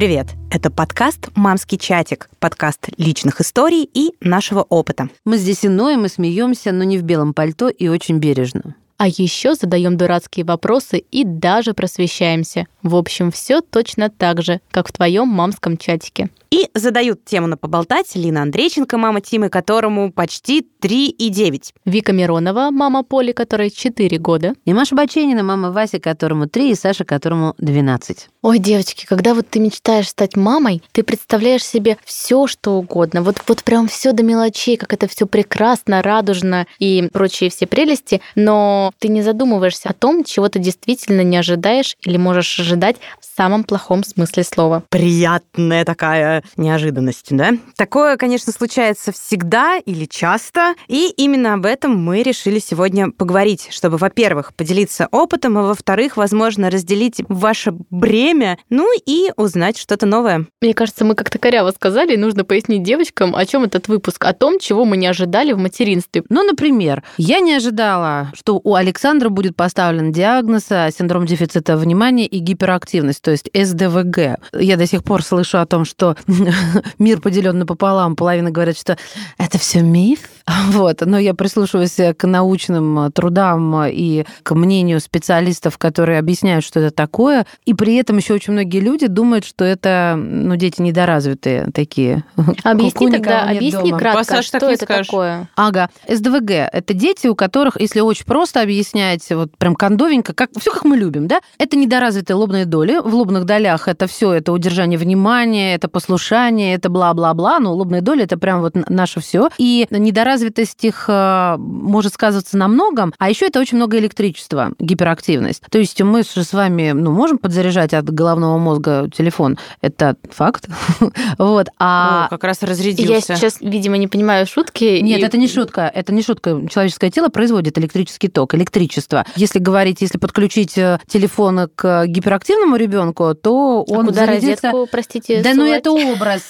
Привет! Это подкаст «Мамский чатик», подкаст личных историй и нашего опыта. Мы здесь и ноем, и смеемся, но не в белом пальто и очень бережно. А еще задаем дурацкие вопросы и даже просвещаемся. В общем, все точно так же, как в твоем мамском чатике. И задают тему на поболтать Лина Андрейченко, мама Тимы, которому почти 3,9. Вика Миронова, мама Поли, которой 4 года. И Маша Баченина, мама Васи, которому 3, и Саша, которому 12. Ой, девочки, когда вот ты мечтаешь стать мамой, ты представляешь себе все, что угодно. Вот прям все до мелочей, как это все прекрасно, радужно и прочие все прелести, но ты не задумываешься о том, чего ты действительно не ожидаешь или можешь ожидать в самом плохом смысле слова. Приятная такая неожиданность, да? Такое, конечно, случается всегда или часто, и именно об этом мы решили сегодня поговорить, чтобы, во-первых, поделиться опытом, а во-вторых, возможно, разделить ваше бремя, ну и узнать что-то новое. Мне кажется, мы как-то коряво сказали, и нужно пояснить девочкам, о чем этот выпуск, о том, чего мы не ожидали в материнстве. Ну, например, я не ожидала, что у Александра будет поставлен диагноз синдром дефицита внимания и гиперактивность, то есть СДВГ. Я до сих пор слышу о том, что мир поделен напополам. Половина говорит, что это все миф. Вот. Но я прислушиваюсь к научным трудам и к мнению специалистов, которые объясняют, что это такое. И при этом еще очень многие люди думают, что это дети недоразвитые такие. Объясни тогда, объясни кратко, Саш, что это такое. Ага. СДВГ – это дети, у которых, если очень просто объяснять, вот прям кондовенько, все как мы любим, да? Это недоразвитые лобные доли. В лобных долях это все, это удержание внимания, это послушание, это бла-бла-бла. Но лобные доли – это прям вот наше все. И недоразвитость их может сказываться на многом, а еще это очень много электричества, гиперактивность. То есть мы же с вами можем подзаряжать от головного мозга телефон. Это факт. Вот. Как раз разрядился. Я сейчас, видимо, не понимаю шутки. Нет, это не шутка. Это не шутка. Человеческое тело производит электрический ток, электричество. Если подключить телефон к гиперактивному ребенку, то он куда зарядится... розетку, простите, Да, это образ.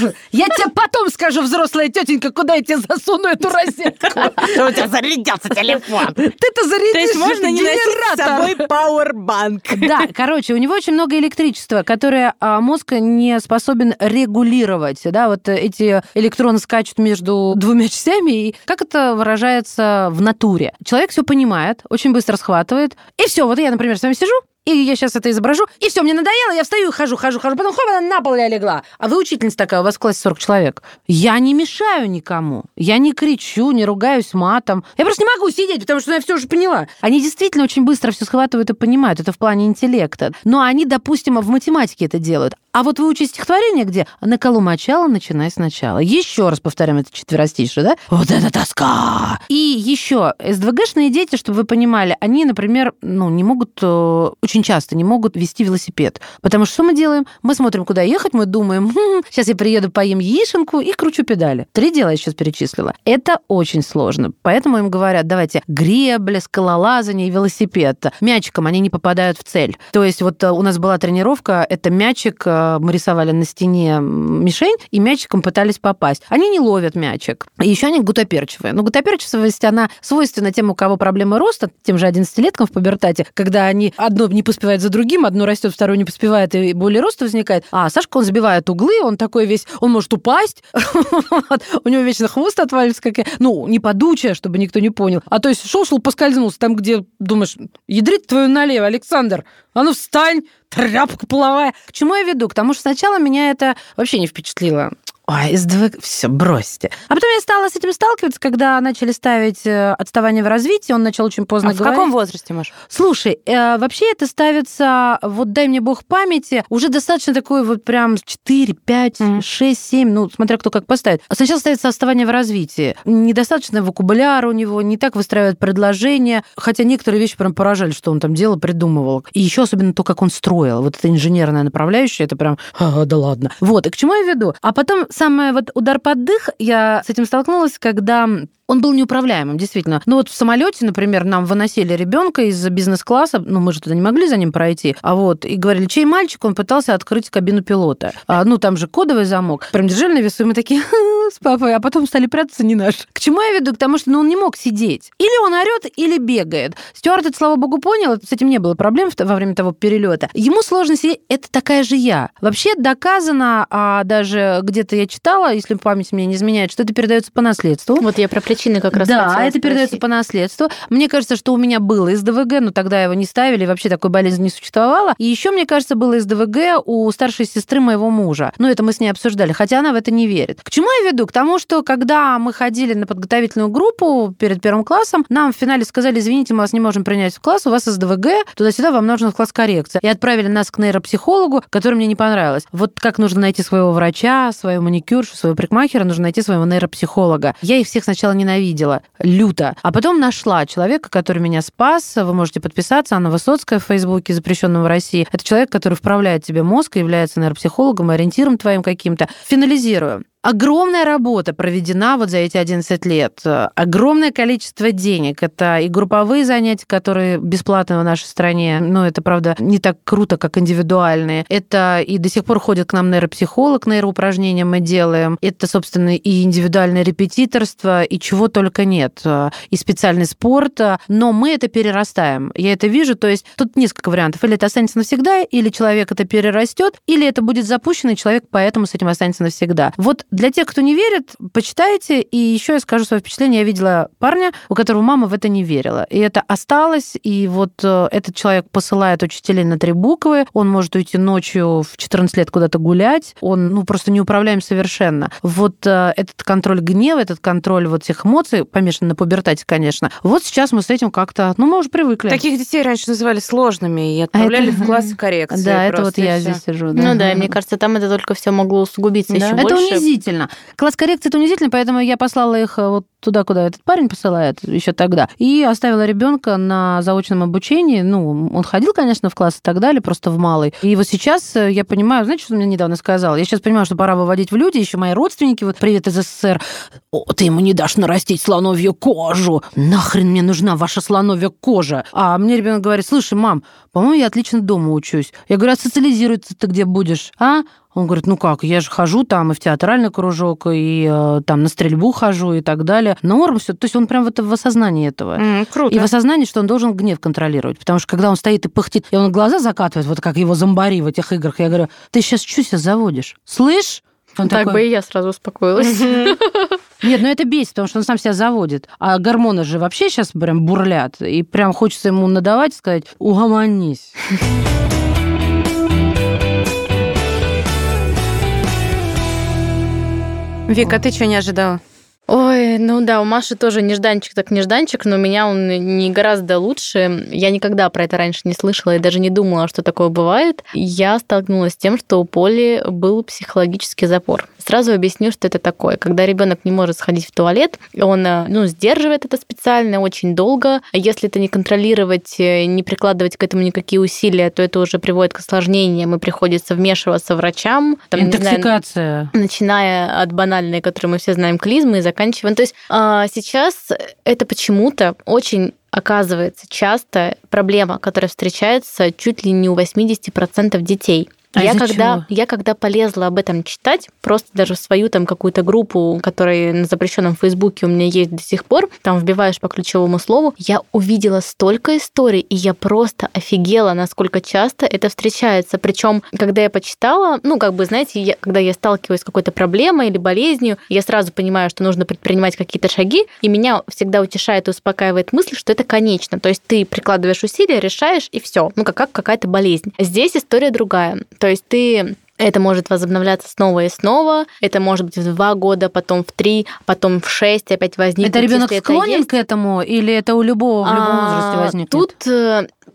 Я тебе потом скажу, взрослая тетенька, куда я тебе засуну эту розетку. Что у тебя зарядился телефон? Ты-то зарядишь. То есть можно не носить с собой пауэрбанк. Да, короче, у него очень много электричества, которое мозг не способен регулировать. Да, вот эти электроны скачут между двумя частями, и как это выражается в натуре? Человек все понимает, очень быстро схватывает, и все. Вот я, например, с вами сижу, и я сейчас это изображу, и все, мне надоело, я встаю и хожу, потом хоп, она на пол я легла. А вы учительница такая, у вас в классе 40 человек. Я не мешаю никому, я не кричу, не ругаюсь матом. Я просто не могу сидеть, потому что я все уже поняла. Они действительно очень быстро все схватывают и понимают, это в плане интеллекта. Но они, допустим, в математике это делают. А вот вы учите стихотворение, где на колу мочала, начинай сначала. Еще раз повторяем это четверостишие, да? Вот это тоска! И еще СДВГшные дети, чтобы вы понимали, они, например, не могут, очень часто не могут вести велосипед. Потому что мы делаем? Мы смотрим, куда ехать, мы думаем, сейчас я приеду, поем яишенку и кручу педали. 3 дела я сейчас перечислила. Это очень сложно. Поэтому им говорят, давайте гребля, скалолазание и велосипед. Мячиком они не попадают в цель. То есть вот у нас была тренировка, это мячик, мы рисовали на стене мишень, и мячиком пытались попасть. Они не ловят мячик. И еще они гутоперчивые. Но гутоперчивость, она свойственна тем, у кого проблемы роста, тем же 11-леткам в пубертате, когда они одно не поспевает за другим, одно растет, второе не поспевает, и более роста возникает. А Сашка, он забивает углы, он такой весь, он может упасть, у него вечно хвост отвалится, не падучая, чтобы никто не понял. А то есть шел, поскользнулся, там, где думаешь, ядрит твою налево, Александр, а ну встань, тряпка половая. К чему я веду? К тому, что сначала меня это вообще не впечатлило. Ой, СДВГ, все, бросьте. А потом я стала с этим сталкиваться, когда начали ставить отставание в развитии, он начал очень поздно говорить. В каком возрасте, Маш? Слушай, вообще это ставится, вот дай мне бог памяти, уже достаточно такой вот прям 4, 5, 6, 7, смотря кто как поставит. Сначала ставится отставание в развитии. Недостаточно вокабуляра у него, не так выстраивает предложения, хотя некоторые вещи прям поражали, что он там делал, придумывал. И еще особенно то, как он строил. Вот эта инженерная направляющая, это прям, да ладно. Вот, и к чему я веду? А потом самый удар под дых, я с этим столкнулась, когда Он был неуправляемым, действительно. Ну вот в самолете, например, нам выносили ребенка из бизнес-класса, ну мы же туда не могли за ним пройти, и говорили, чей мальчик, он пытался открыть кабину пилота. Там же кодовый замок. Прям держали на весу, и мы такие с папой, а потом стали прятаться, не наш. К чему я веду? К тому, что он не мог сидеть. Или он орет, или бегает. Стюарт это, слава богу, понял, с этим не было проблем во время того перелета. Ему сложно сидеть, это такая же я. Вообще доказано, даже где-то я читала, если память мне не изменяет, что это передается по наследству. Вот я про причины как раз хотела спросить. Передается по наследству. Мне кажется, что у меня было СДВГ, но тогда его не ставили, вообще такой болезни не существовало. И еще, мне кажется, было СДВГ у старшей сестры моего мужа. Это мы с ней обсуждали, хотя она в это не верит. К чему я веду? К тому, что когда мы ходили на подготовительную группу перед первым классом, нам в финале сказали, извините, мы вас не можем принять в класс, у вас СДВГ, туда-сюда, вам нужен в класс коррекция. И отправили нас к нейропсихологу, который мне не понравилось. Вот как нужно найти своего врача, свою маникюршу, своего парикмахера, нужно найти своего нейропсихолога. Я их всех сначала ненавидела, люто. А потом нашла человека, который меня спас. Вы можете подписаться. Анна Высоцкая в Фейсбуке, запрещенном в России. Это человек, который вправляет тебе мозг, является нейропсихологом, ориентиром твоим каким-то. Финализирую. Огромная работа проведена за эти 11 лет. Огромное количество денег. Это и групповые занятия, которые бесплатны в нашей стране. Это, правда, не так круто, как индивидуальные. Это и до сих пор ходит к нам нейропсихолог, нейроупражнения мы делаем. Это, собственно, и индивидуальное репетиторство, и чего только нет. И специальный спорт. Но мы это перерастаем. Я это вижу. То есть тут несколько вариантов. Или это останется навсегда, или человек это перерастет, или это будет запущено, и человек поэтому с этим останется навсегда. Для тех, кто не верит, почитайте. И еще я скажу свое впечатление. Я видела парня, у которого мама в это не верила. И это осталось. И этот человек посылает учителей на 3 буквы. Он может уйти ночью в 14 лет куда-то гулять. Он просто неуправляем совершенно. Этот контроль гнева, этот контроль всех эмоций, помешан на пубертате, конечно. Сейчас мы с этим как-то, мы уже привыкли. Таких детей раньше называли сложными и отправляли в классы коррекции. Да, это я здесь сижу. Да. И мне кажется, там это только все могло усугубиться еще больше. Это унизительно. Класс коррекции — это унизительно, поэтому я послала их туда, куда этот парень посылает еще тогда, и оставила ребенка на заочном обучении. Он ходил, конечно, в класс и так далее, просто в малый. И сейчас я понимаю, знаете, что он мне недавно сказал? Я сейчас понимаю, что пора выводить в люди, еще мои родственники, привет из СССР, ты ему не дашь нарастить слоновью кожу. Нахрен мне нужна ваша слоновья кожа? А мне ребенок говорит, слушай, мам, по-моему, я отлично дома учусь. Я говорю, а социализироваться ты где будешь, а? Он говорит, как, я же хожу там и в театральный кружок, и там на стрельбу хожу и так далее. Норм все. То есть он прям в осознании этого. Круто. И в осознании, что он должен гнев контролировать. Потому что когда он стоит и пыхтит, и он глаза закатывает, как его зомбари в этих играх, я говорю, ты сейчас что себя заводишь? Слышь? Он так такой... бы и я сразу успокоилась. Нет, это бесит, потому что он сам себя заводит. А гормоны же вообще сейчас прям бурлят. И прям хочется ему надавать и сказать, угомонись. Вика, а ты чего не ожидала? Ой, у Маши тоже нежданчик так нежданчик, но у меня он не гораздо лучше. Я никогда про это раньше не слышала и даже не думала, что такое бывает. Я столкнулась с тем, что у Поли был психологический запор. Сразу объясню, что это такое. Когда ребенок не может сходить в туалет, он сдерживает это специально очень долго. Если это не контролировать, не прикладывать к этому никакие усилия, то это уже приводит к осложнениям, и приходится вмешиваться врачам. Интоксикация. Начиная от банальной, которую мы все знаем, клизмы, и заканчивая. То есть сейчас это почему-то очень оказывается часто проблема, которая встречается чуть ли не у 80% детей. Я когда полезла об этом читать, просто даже в свою там какую-то группу, которая на запрещенном Фейсбуке у меня есть до сих пор, там вбиваешь по ключевому слову, я увидела столько историй, и я просто офигела, насколько часто это встречается. Причем, когда я почитала, знаете, когда я сталкиваюсь с какой-то проблемой или болезнью, я сразу понимаю, что нужно предпринимать какие-то шаги, и меня всегда утешает и успокаивает мысль, что это конечно. То есть ты прикладываешь усилия, решаешь, и все. Как какая-то болезнь. Здесь история другая. То есть это может возобновляться снова и снова. Это может быть в 2 года, потом в 3, потом в 6 опять возникнет. Это ребенок склонен к этому, или это у любого в любом возрасте возникнет? Тут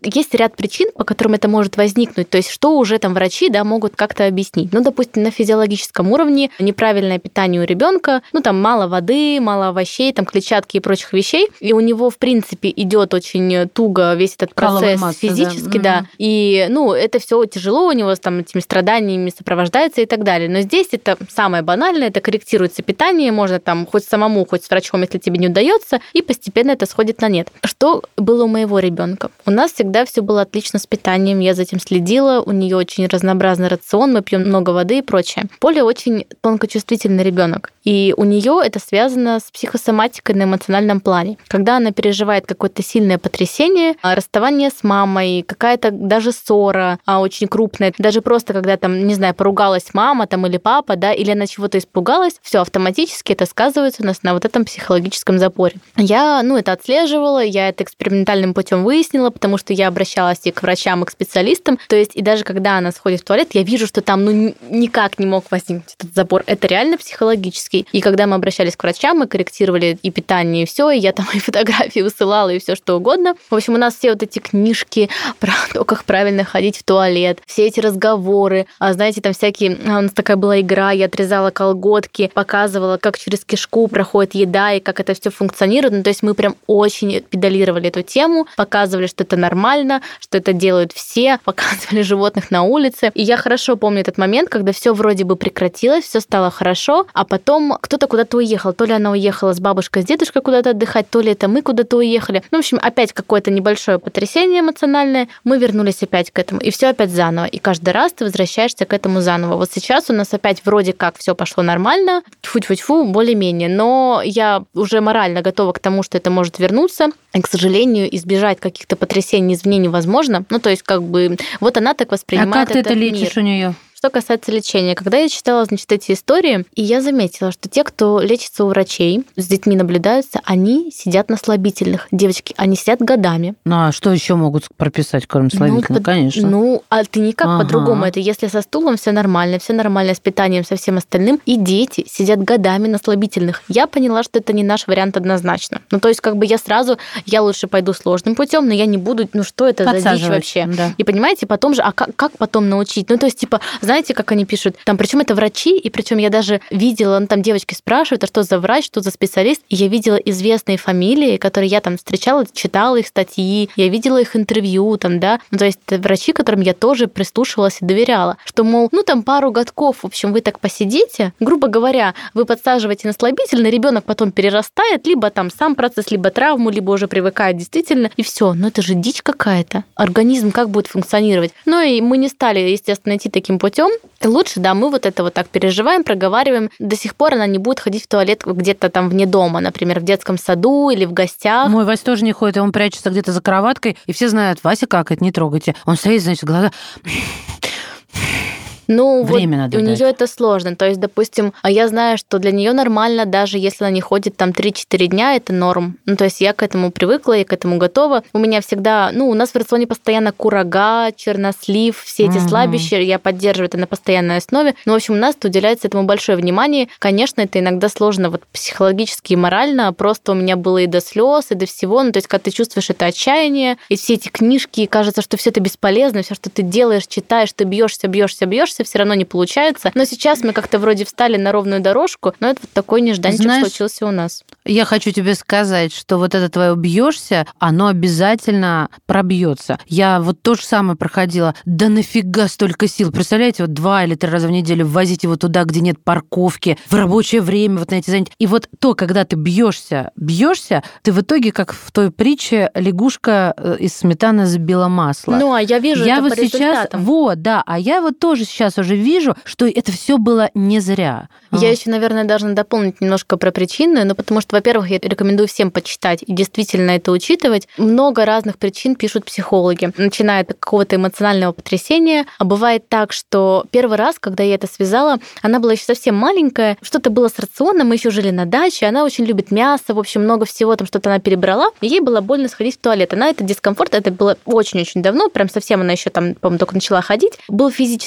есть ряд причин, по которым это может возникнуть, то есть что уже там врачи, да, могут как-то объяснить. Ну, допустим, на физиологическом уровне неправильное питание у ребенка, ну, там мало воды, мало овощей, там клетчатки и прочих вещей, и у него, в принципе, идет очень туго весь этот процесс масса, физически, да. И, ну, это все тяжело у него, там, этими страданиями сопровождается и так далее. Но здесь это самое банальное, это корректируется питание, можно там хоть самому, хоть с врачом, если тебе не удается, и постепенно это сходит на нет. Что было у моего ребенка? У нас всегда все было отлично с питанием, я за этим следила, у нее очень разнообразный рацион, мы пьем много воды и прочее. Поля очень тонкочувствительный ребенок, и у нее это связано с психосоматикой на эмоциональном плане. Когда она переживает какое-то сильное потрясение, расставание с мамой, какая-то даже ссора очень крупная, даже просто когда там, не знаю, поругалась мама там или папа, да, или она чего-то испугалась, все автоматически это сказывается у нас на вот этом психологическом запоре. Я, это отслеживала, я это экспериментальным путем выяснила, потому что я обращалась и к врачам, и к специалистам, то есть и даже когда она сходит в туалет, я вижу, что там, никак не мог возникнуть этот запор. Это реально психологический. И когда мы обращались к врачам, мы корректировали и питание, и все, и я там и фотографии высылала, и все что угодно. В общем, у нас все вот эти книжки про то, как правильно ходить в туалет, все эти разговоры, знаете, там всякие... У нас такая была игра, я отрезала колготки, показывала, как через кишку проходит еда, и как это все функционирует. То есть мы прям очень педалировали эту тему, показывали, что это нормально, что это делают все, показывали животных на улице. И я хорошо помню этот момент, когда все вроде бы прекратилось, все стало хорошо, а потом кто-то куда-то уехал. То ли она уехала с бабушкой, с дедушкой куда-то отдыхать, то ли это мы куда-то уехали. В общем, опять какое-то небольшое потрясение эмоциональное. Мы вернулись опять к этому, и все опять заново. И каждый раз ты возвращаешься к этому заново. Вот сейчас у нас опять вроде как все пошло нормально, тьфу-тьфу-тьфу, более-менее. Но я уже морально готова к тому, что это может вернуться. И, к сожалению, избежать каких-то потрясений извне невозможно. То есть, вот она так воспринимает этот мир. А как ты это мир. лечишь у нее? Что касается лечения, когда я читала, эти истории, и я заметила, что те, кто лечится у врачей, с детьми наблюдаются, они сидят на слабительных. Девочки, они сидят годами. Ну, а что еще могут прописать, кроме слабительных? Конечно. А ты никак по-другому. Это если со стулом все нормально с питанием, со всем остальным, и дети сидят годами на слабительных. Я поняла, что это не наш вариант однозначно. То есть, я лучше пойду сложным путем, но я не буду, что это за дичь вообще? Да. И понимаете, потом же, как потом научить? То есть, знаете, как они пишут, причем это врачи, и причем я даже видела, там девочки спрашивают, а что за врач, что за специалист, и я видела известные фамилии, которые я там встречала, читала их статьи, я видела их интервью, то есть это врачи, которым я тоже прислушивалась и доверяла, что, мол, пару годков, в общем, вы так посидите, грубо говоря, вы подсаживаете на слабительный, ребенок потом перерастает, либо сам процесс, либо травму, либо уже привыкает действительно, и все. Это же дичь какая-то. Организм как будет функционировать? И мы не стали, естественно, идти таким путем. Лучше, мы это так переживаем, проговариваем. До сих пор она не будет ходить в туалет где-то там вне дома, например, в детском саду или в гостях. Мой Вася тоже не ходит, и он прячется где-то за кроваткой, и все знают, Вася какает, не трогайте. Он стоит, глаза... Время надо у дать. нее это сложно. То есть, допустим, я знаю, что для нее нормально, даже если она не ходит 3-4 дня, это норм. То есть я к этому привыкла, я к этому готова. У меня всегда, у нас в рационе постоянно курага, чернослив, все эти слабища, я поддерживаю это на постоянной основе. В общем, у нас уделяется этому большое внимание. Конечно, это иногда сложно психологически и морально. Просто у меня было и до слез, и до всего. То есть, когда ты чувствуешь это отчаяние, и все эти книжки, и кажется, что все это бесполезно, все, что ты делаешь, читаешь, ты бьешься, все равно не получается. Но сейчас мы как-то вроде встали на ровную дорожку, но это такой нежданчик случился у нас. Я хочу тебе сказать, что это твое бьешься, оно обязательно пробьется. Я то же самое проходила. Да нафига столько сил? Представляете, 2 или 3 раза в неделю ввозить его туда, где нет парковки, в рабочее время, на эти занятия. И когда ты бьешься, ты в итоге, как в той притче, лягушка из сметаны забила масло. А я вижу это по результатам. А я тоже сейчас уже вижу, что это все было не зря. Я еще, наверное, должна дополнить немножко про причины, потому что, во-первых, я рекомендую всем почитать и действительно это учитывать. Много разных причин пишут психологи, начиная от какого-то эмоционального потрясения. А бывает так, что первый раз, когда я это связала, она была еще совсем маленькая, что-то было с рационом, мы еще жили на даче, она очень любит мясо, в общем, много всего, что-то она перебрала, и ей было больно сходить в туалет. Этот дискомфорт, это было очень-очень давно, прям совсем она еще по-моему, только начала ходить, был физический дискомфорт,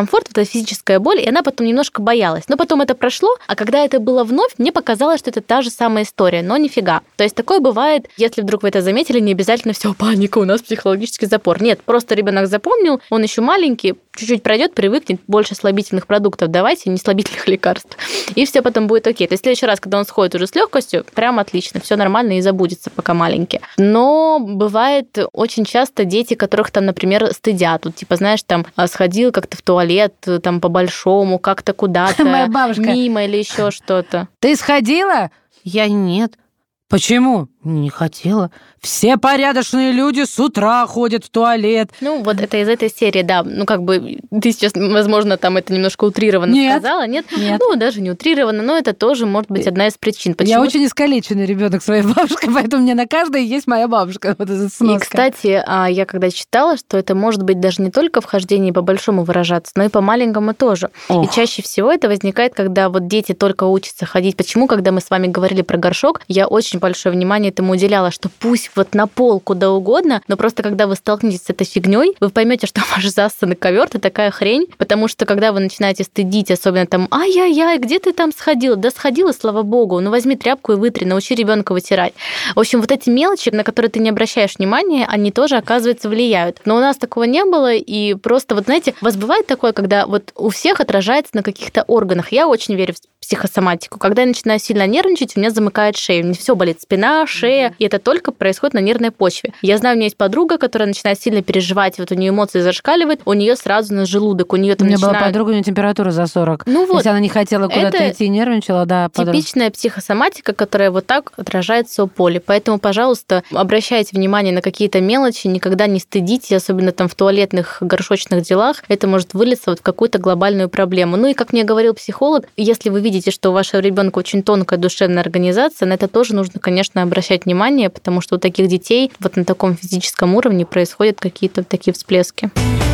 дискомфорт, вот эта физическая боль, и она потом немножко боялась. Но потом это прошло, а когда это было вновь, мне показалось, что это та же самая история, но нифига. То есть такое бывает, если вдруг вы это заметили, не обязательно все паника, у нас психологический запор. Нет, просто ребенок запомнил, он еще маленький, чуть-чуть пройдет, привыкнет, больше слабительных продуктов давайте, не слабительных лекарств, и все потом будет окей. То есть в следующий раз, когда он сходит уже с легкостью, прям отлично, все нормально и забудется, пока маленький. Но бывает очень часто дети, которых там, например, стыдят. Вот, типа, знаешь, там сходил как-то в туалет, там по-большому, как-то куда-то мимо или еще что-то. Ты сходила? Я нет. Почему? Не хотела. Все порядочные люди с утра ходят в туалет. Ну, вот это из этой серии, да. Ну, как бы ты сейчас, возможно, там это немножко утрированно сказала. Нет? Ну, даже не утрированно, но это тоже может быть одна из причин. Почему? Я очень искалеченный ребенок своей бабушкой, поэтому мне на каждой есть моя бабушка. Вот эта сноска. И, кстати, я когда читала, что это может быть даже не только в хождении по-большому выражаться, но и по-маленькому тоже. И чаще всего это возникает, когда вот дети только учатся ходить. Почему, когда мы с вами говорили про горшок, я очень большое внимание этому уделяла, что пусть вот на пол куда угодно, но просто когда вы столкнетесь с этой фигней, вы поймете, что ваш засанный ковер это такая хрень, потому что когда вы начинаете стыдить, особенно там, ай-яй-яй, где ты там сходила? Да сходила, слава богу, ну возьми тряпку и вытри, научи ребенка вытирать. В общем, вот эти мелочи, на которые ты не обращаешь внимания, они тоже, оказывается, влияют. Но у нас такого не было, и просто, вот знаете, у вас бывает такое, когда вот у всех отражается на каких-то органах. Я очень верю в психосоматику. Когда я начинаю сильно нервничать, у меня замыкает шея, у меня все болит, спина, шея, и это только происходит на нервной почве. Я знаю, у меня есть подруга, которая начинает сильно переживать, вот у нее эмоции зашкаливают, у нее сразу на желудок, у нее там начинает... У меня была подруга, у нее температура за 40. Ну вот. Если она не хотела куда-то идти, нервничала, да. Типичная психосоматика, которая вот так отражается у поля. Поэтому, пожалуйста, обращайте внимание на какие-то мелочи, никогда не стыдите, особенно там в туалетных, горшочных делах. Это может вылиться вот в какую-то глобальную проблему. Ну и, как мне говорил психолог, если вы видите, что у вашего ребенка очень тонкая душевная организация, на это тоже нужно, конечно, обращать внимание, потому что у таких детей вот на таком физическом уровне происходят какие-то такие всплески.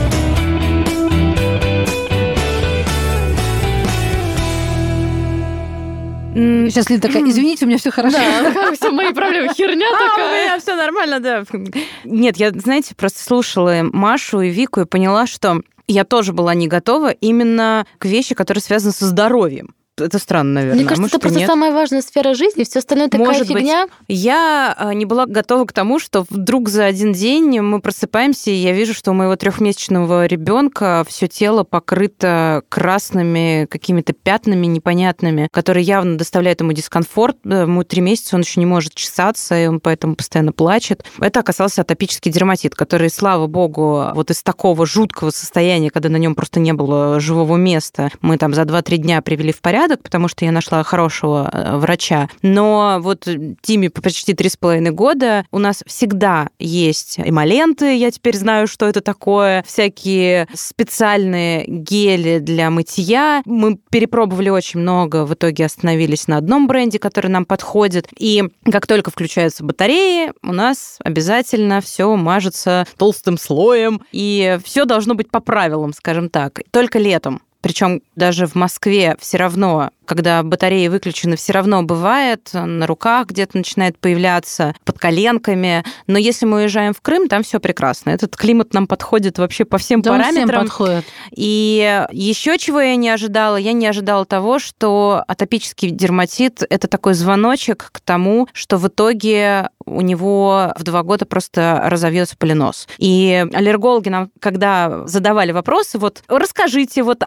Сейчас Лида такая, извините, у меня все хорошо. Да, все мои проблемы, херня такая. У меня все нормально, да. Нет, я, знаете, просто слушала Машу и Вику и поняла, что я тоже была не готова именно к вещи, которые связаны со здоровьем. Это странно, наверное. Мне кажется, это просто самая важная сфера жизни, все остальное такая может фигня. Быть. Я не была готова к тому, что вдруг за один день мы просыпаемся, и я вижу, что у моего 3-месячного ребенка все тело покрыто красными какими-то пятнами непонятными, которые явно доставляют ему дискомфорт. Ему 3 месяца, он еще не может чесаться, и он поэтому постоянно плачет. Это оказался атопический дерматит, который, слава богу, вот из такого жуткого состояния, когда на нем просто не было живого места, мы там за 2-3 дня привели в порядок, потому что я нашла хорошего врача. Но вот Тиме почти 3,5 года у нас всегда есть эмоленты, я теперь знаю, что это такое, всякие специальные гели для мытья. Мы перепробовали очень много, в итоге остановились на одном бренде, который нам подходит. И как только включаются батареи, у нас обязательно все мажется толстым слоем, и все должно быть по правилам, скажем так. Только летом. Причем даже в Москве все равно, когда батареи выключены, все равно бывает, на руках где-то начинает появляться, под коленками. Но если мы уезжаем в Крым, там все прекрасно. Этот климат нам подходит вообще по всем параметрам. Всем подходит. И еще чего я не ожидала того, что атопический дерматит – это такой звоночек к тому, что в итоге у него в 2 года просто разовьется полинос. И аллергологи нам, когда задавали вопросы, вот расскажите, вот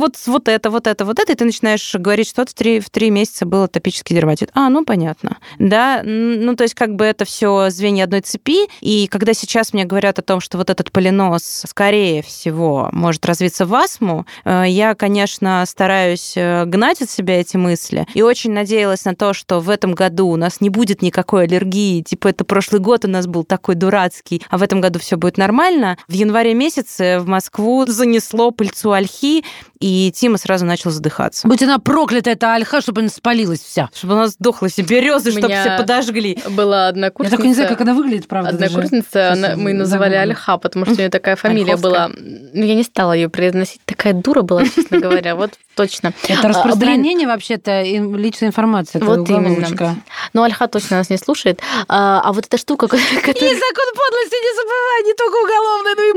это, и ты начинаешь говорить, что в 3 месяца был атопический дерматит. Ну, понятно. Да, ну, то есть как бы это все звенья одной цепи, и когда сейчас мне говорят о том, что вот этот полинос, скорее всего, может развиться в астму, я, конечно, стараюсь гнать от себя эти мысли, и очень надеялась на то, что в этом году у нас не будет никакой аллергии, типа это прошлый год у нас был такой дурацкий, а в этом году все будет нормально. В январе месяце в Москву занесло пыльцу ольхи, и Тима сразу начал задыхаться. Будь она проклята, эта ольха, чтобы она спалилась вся. Чтобы она сдохла, все березы, чтобы все подожгли. Была однокурсница. Я только не знаю, как она выглядит, правда. Однокурсница, мы называли Ольха, потому что у нее такая фамилия была. Я не стала ее произносить. Такая дура была, честно говоря. Вот точно. Это распространение вообще-то личной информации. Вот именно. Но Ольха точно нас не слушает. А вот эта штука, которая... И закон подлости не забывай, не только уголовный, но и подлость.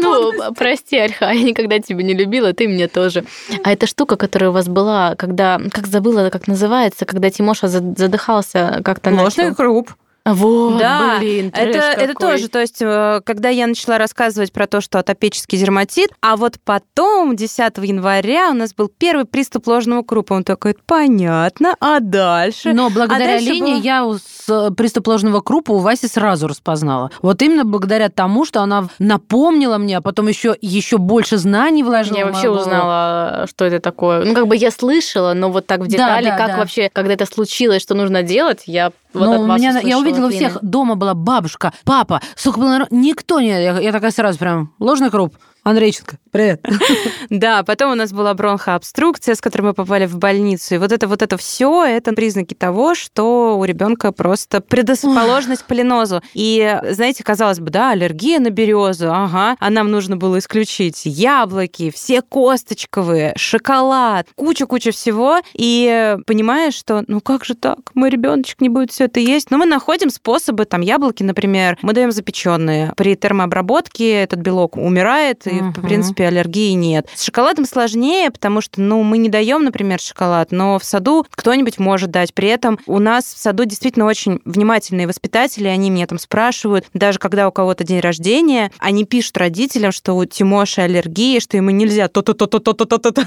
Прости, Альха, я никогда тебя не любила, ты меня тоже. А эта штука, которая у вас была, когда... Как забыла, как называется, когда Тимоша задыхался как-то Ложный круп. Вот, да, блин, это тоже, то есть, когда я начала рассказывать про то, что атопический дерматит, а вот потом, 10 января, у нас был первый приступ ложного крупа. Он такой, понятно, а дальше? Но благодаря Лене я приступ ложного крупа у Васи сразу распознала. Вот именно благодаря тому, что она напомнила мне, а потом еще больше знаний вложила. Я вообще узнала, что это такое. Ну, как бы я слышала, но вот так в детали, как вообще, когда это случилось, что нужно делать, я вот от вас услышала. Я увидела всех. Дома была бабушка, папа, сколько было народу. Никто не... Я такая сразу прям, ложный круп. Андрейченко, привет. Да, потом у нас была бронхообструкция, с которой мы попали в больницу. И вот это все, это признаки того, что у ребенка просто предрасположенность к полинозу. И, знаете, казалось бы, да, аллергия на березу, ага, а нам нужно было исключить яблоки, все косточковые, шоколад, куча всего. И понимаешь, что, ну как же так, мой ребеночек не будет все это есть. Но мы находим способы, там яблоки, например, мы даем запеченные. При термообработке этот белок умирает, и, в принципе, аллергии нет. С шоколадом сложнее, потому что, мы не даем, например, шоколад, но в саду кто-нибудь может дать. При этом у нас в саду действительно очень внимательные воспитатели, они меня там спрашивают, даже когда у кого-то день рождения, они пишут родителям, что у Тимоши аллергия, что ему нельзя то-то.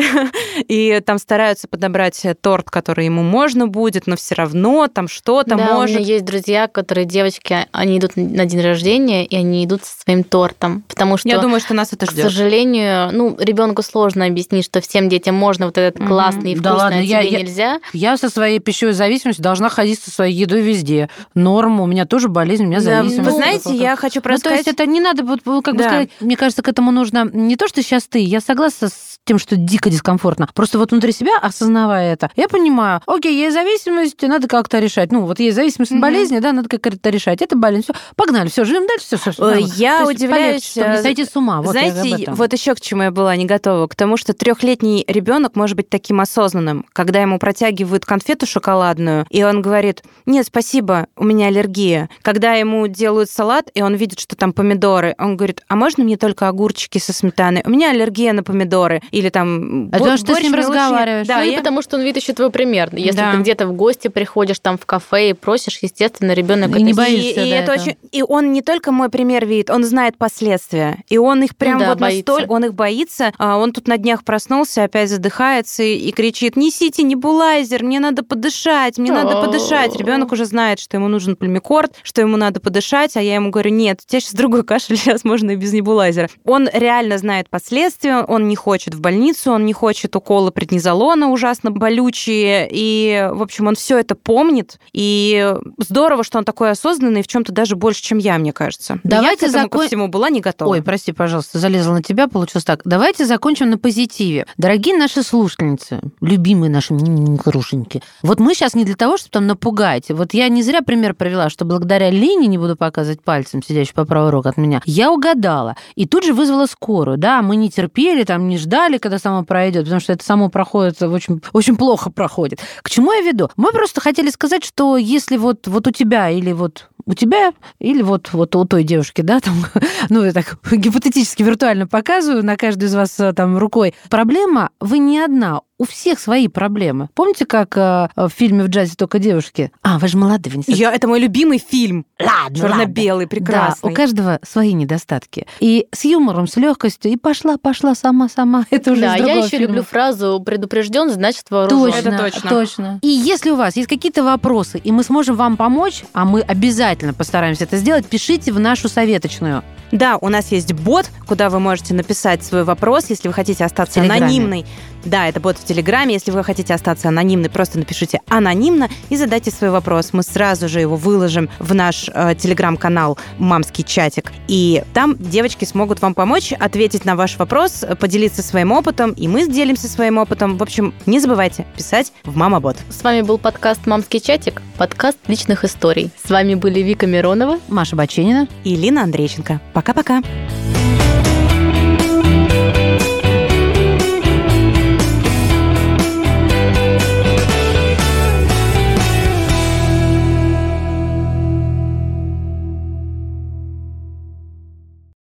И там стараются подобрать торт, который ему можно будет, но все равно там что-то может. У меня есть друзья, которые девочки, они идут на день рождения, и они идут со своим тортом, потому что... Я думаю, что нас это ждет. К сожалению, ребенку сложно объяснить, что всем детям можно вот этот классный и вкусный, а тебе нельзя. Я со своей пищевой зависимостью должна ходить со своей едой везде. Норма, у меня тоже болезнь, у меня зависимость. Вы знаете, я хочу просто сказать... То есть это не надо, как бы сказать, мне кажется, к этому нужно не то, что сейчас ты, я согласна с тем, что дико дискомфортно. Просто вот внутри себя, осознавая это, я понимаю, окей, есть зависимость, надо как-то решать. Вот есть зависимость от болезни, да, надо как-то решать. Это болезнь, все, погнали, все, живем дальше, все. Я удивляюсь, чтобы не сойти с ума. Знаете, вот еще к чему я была не готова, к тому, что 3-летний ребенок может быть таким осознанным, когда ему протягивают конфету шоколадную, и он говорит: нет, спасибо, у меня аллергия. Когда ему делают салат, и он видит, что там помидоры, он говорит: а можно мне только огурчики со сметаной? У меня аллергия на помидоры. Или там... потому что ты с ним разговариваешь. Да, и потому что он видит еще твой пример. Если ты где-то в гости приходишь там в кафе и просишь, естественно, ребенок и не боишься. И он не только мой пример видит, он знает последствия. И он их прям настолько... Он их боится. Он тут на днях проснулся, опять задыхается и кричит: несите небулайзер, мне надо подышать, мне надо подышать. Ребенок уже знает, что ему нужен пульмикорд, что ему надо подышать, а я ему говорю: нет, у тебя сейчас другой кашель, сейчас можно и без небулайзера. Он реально знает последствия, он не хочет в больницу, он не хочет уколы преднизолона ужасно болючие, и, в общем, он все это помнит, и здорово, что он такой осознанный, в чем-то даже больше, чем я, мне кажется. Давайте я к этому ко всему была не готова. Ой, прости, пожалуйста, залезла на тебя, получилось так. Давайте закончим на позитиве. Дорогие наши слушательницы, любимые наши хорошенькие, вот мы сейчас не для того, чтобы там напугать. Вот я не зря пример привела, что благодаря Лене, не буду показывать пальцем, сидящей по правую руку от меня, я угадала. И тут же вызвала скорую. Да, мы не терпели, там не ждали, когда само пройдет, потому что это само проходит, очень, очень плохо проходит. К чему я веду? Мы просто хотели сказать, что если вот у тебя или вот у тебя, или вот у той девушки, да, там, я так гипотетически виртуально показываю на каждую из вас там рукой, проблема, вы не одна. У всех свои проблемы. Помните, как в фильме «В джазе только девушки»? Вы же молодые, вы не знаете. Это мой любимый фильм. Ладно, черно-белый, прекрасный. Да, у каждого свои недостатки. И с юмором, с легкостью, и пошла сама. Это уже из другого я еще фильма. люблю фразу «предупрежден, значит вооружен». Точно. И если у вас есть какие-то вопросы, и мы сможем вам помочь, а мы обязательно постараемся это сделать, пишите в нашу советочную. Да, у нас есть бот, куда вы можете написать свой вопрос, если вы хотите остаться анонимной. Да, это бот в Телеграме. Если вы хотите остаться анонимной, просто напишите анонимно и задайте свой вопрос. Мы сразу же его выложим в наш Телеграм-канал «Мамский чатик». И там девочки смогут вам помочь, ответить на ваш вопрос, поделиться своим опытом, и мы делимся своим опытом. В общем, не забывайте писать в Мамабот. С вами был подкаст «Мамский чатик», подкаст личных историй. С вами были Вика Миронова, Маша Баченина и Лина Андрейченко. Пока-пока.